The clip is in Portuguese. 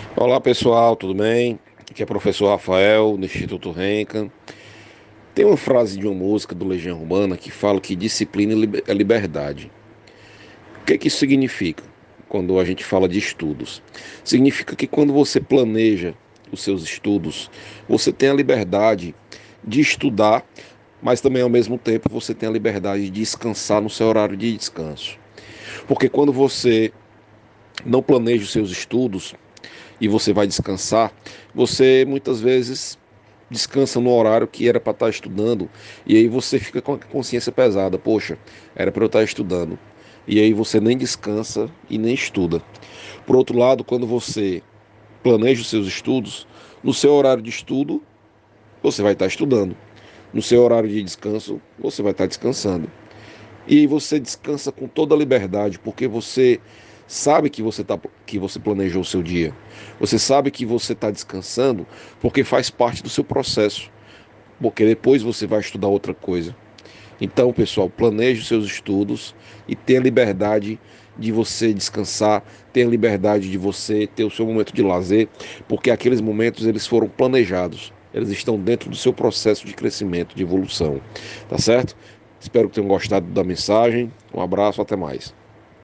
Olá pessoal, tudo bem? Aqui é o professor Rafael, do Instituto Renca. Tem uma frase de uma música do Legião Urbana que fala que disciplina é liberdade. O que isso significa quando a gente fala de estudos? Significa que quando você planeja os seus estudos, você tem a liberdade de estudar, mas também ao mesmo tempo você tem a liberdade de descansar no seu horário de descanso. Porque quando você não planeja os seus estudos, e você vai descansar, você muitas vezes descansa no horário que era para estar estudando, e aí você fica com a consciência pesada. Poxa, era para eu estar estudando. E aí você nem descansa e nem estuda. Por outro lado, quando você planeja os seus estudos, no seu horário de estudo, você vai estar estudando. No seu horário de descanso, você vai estar descansando. E você descansa com toda a liberdade, porque você sabe que você planejou o seu dia. Você sabe que você está descansando porque faz parte do seu processo. Porque depois você vai estudar outra coisa. Então, pessoal, planeje os seus estudos e tenha liberdade de você descansar, tenha liberdade de você ter o seu momento de lazer, porque aqueles momentos eles foram planejados. Eles estão dentro do seu processo de crescimento, de evolução. Tá certo? Espero que tenham gostado da mensagem. Um abraço, até mais.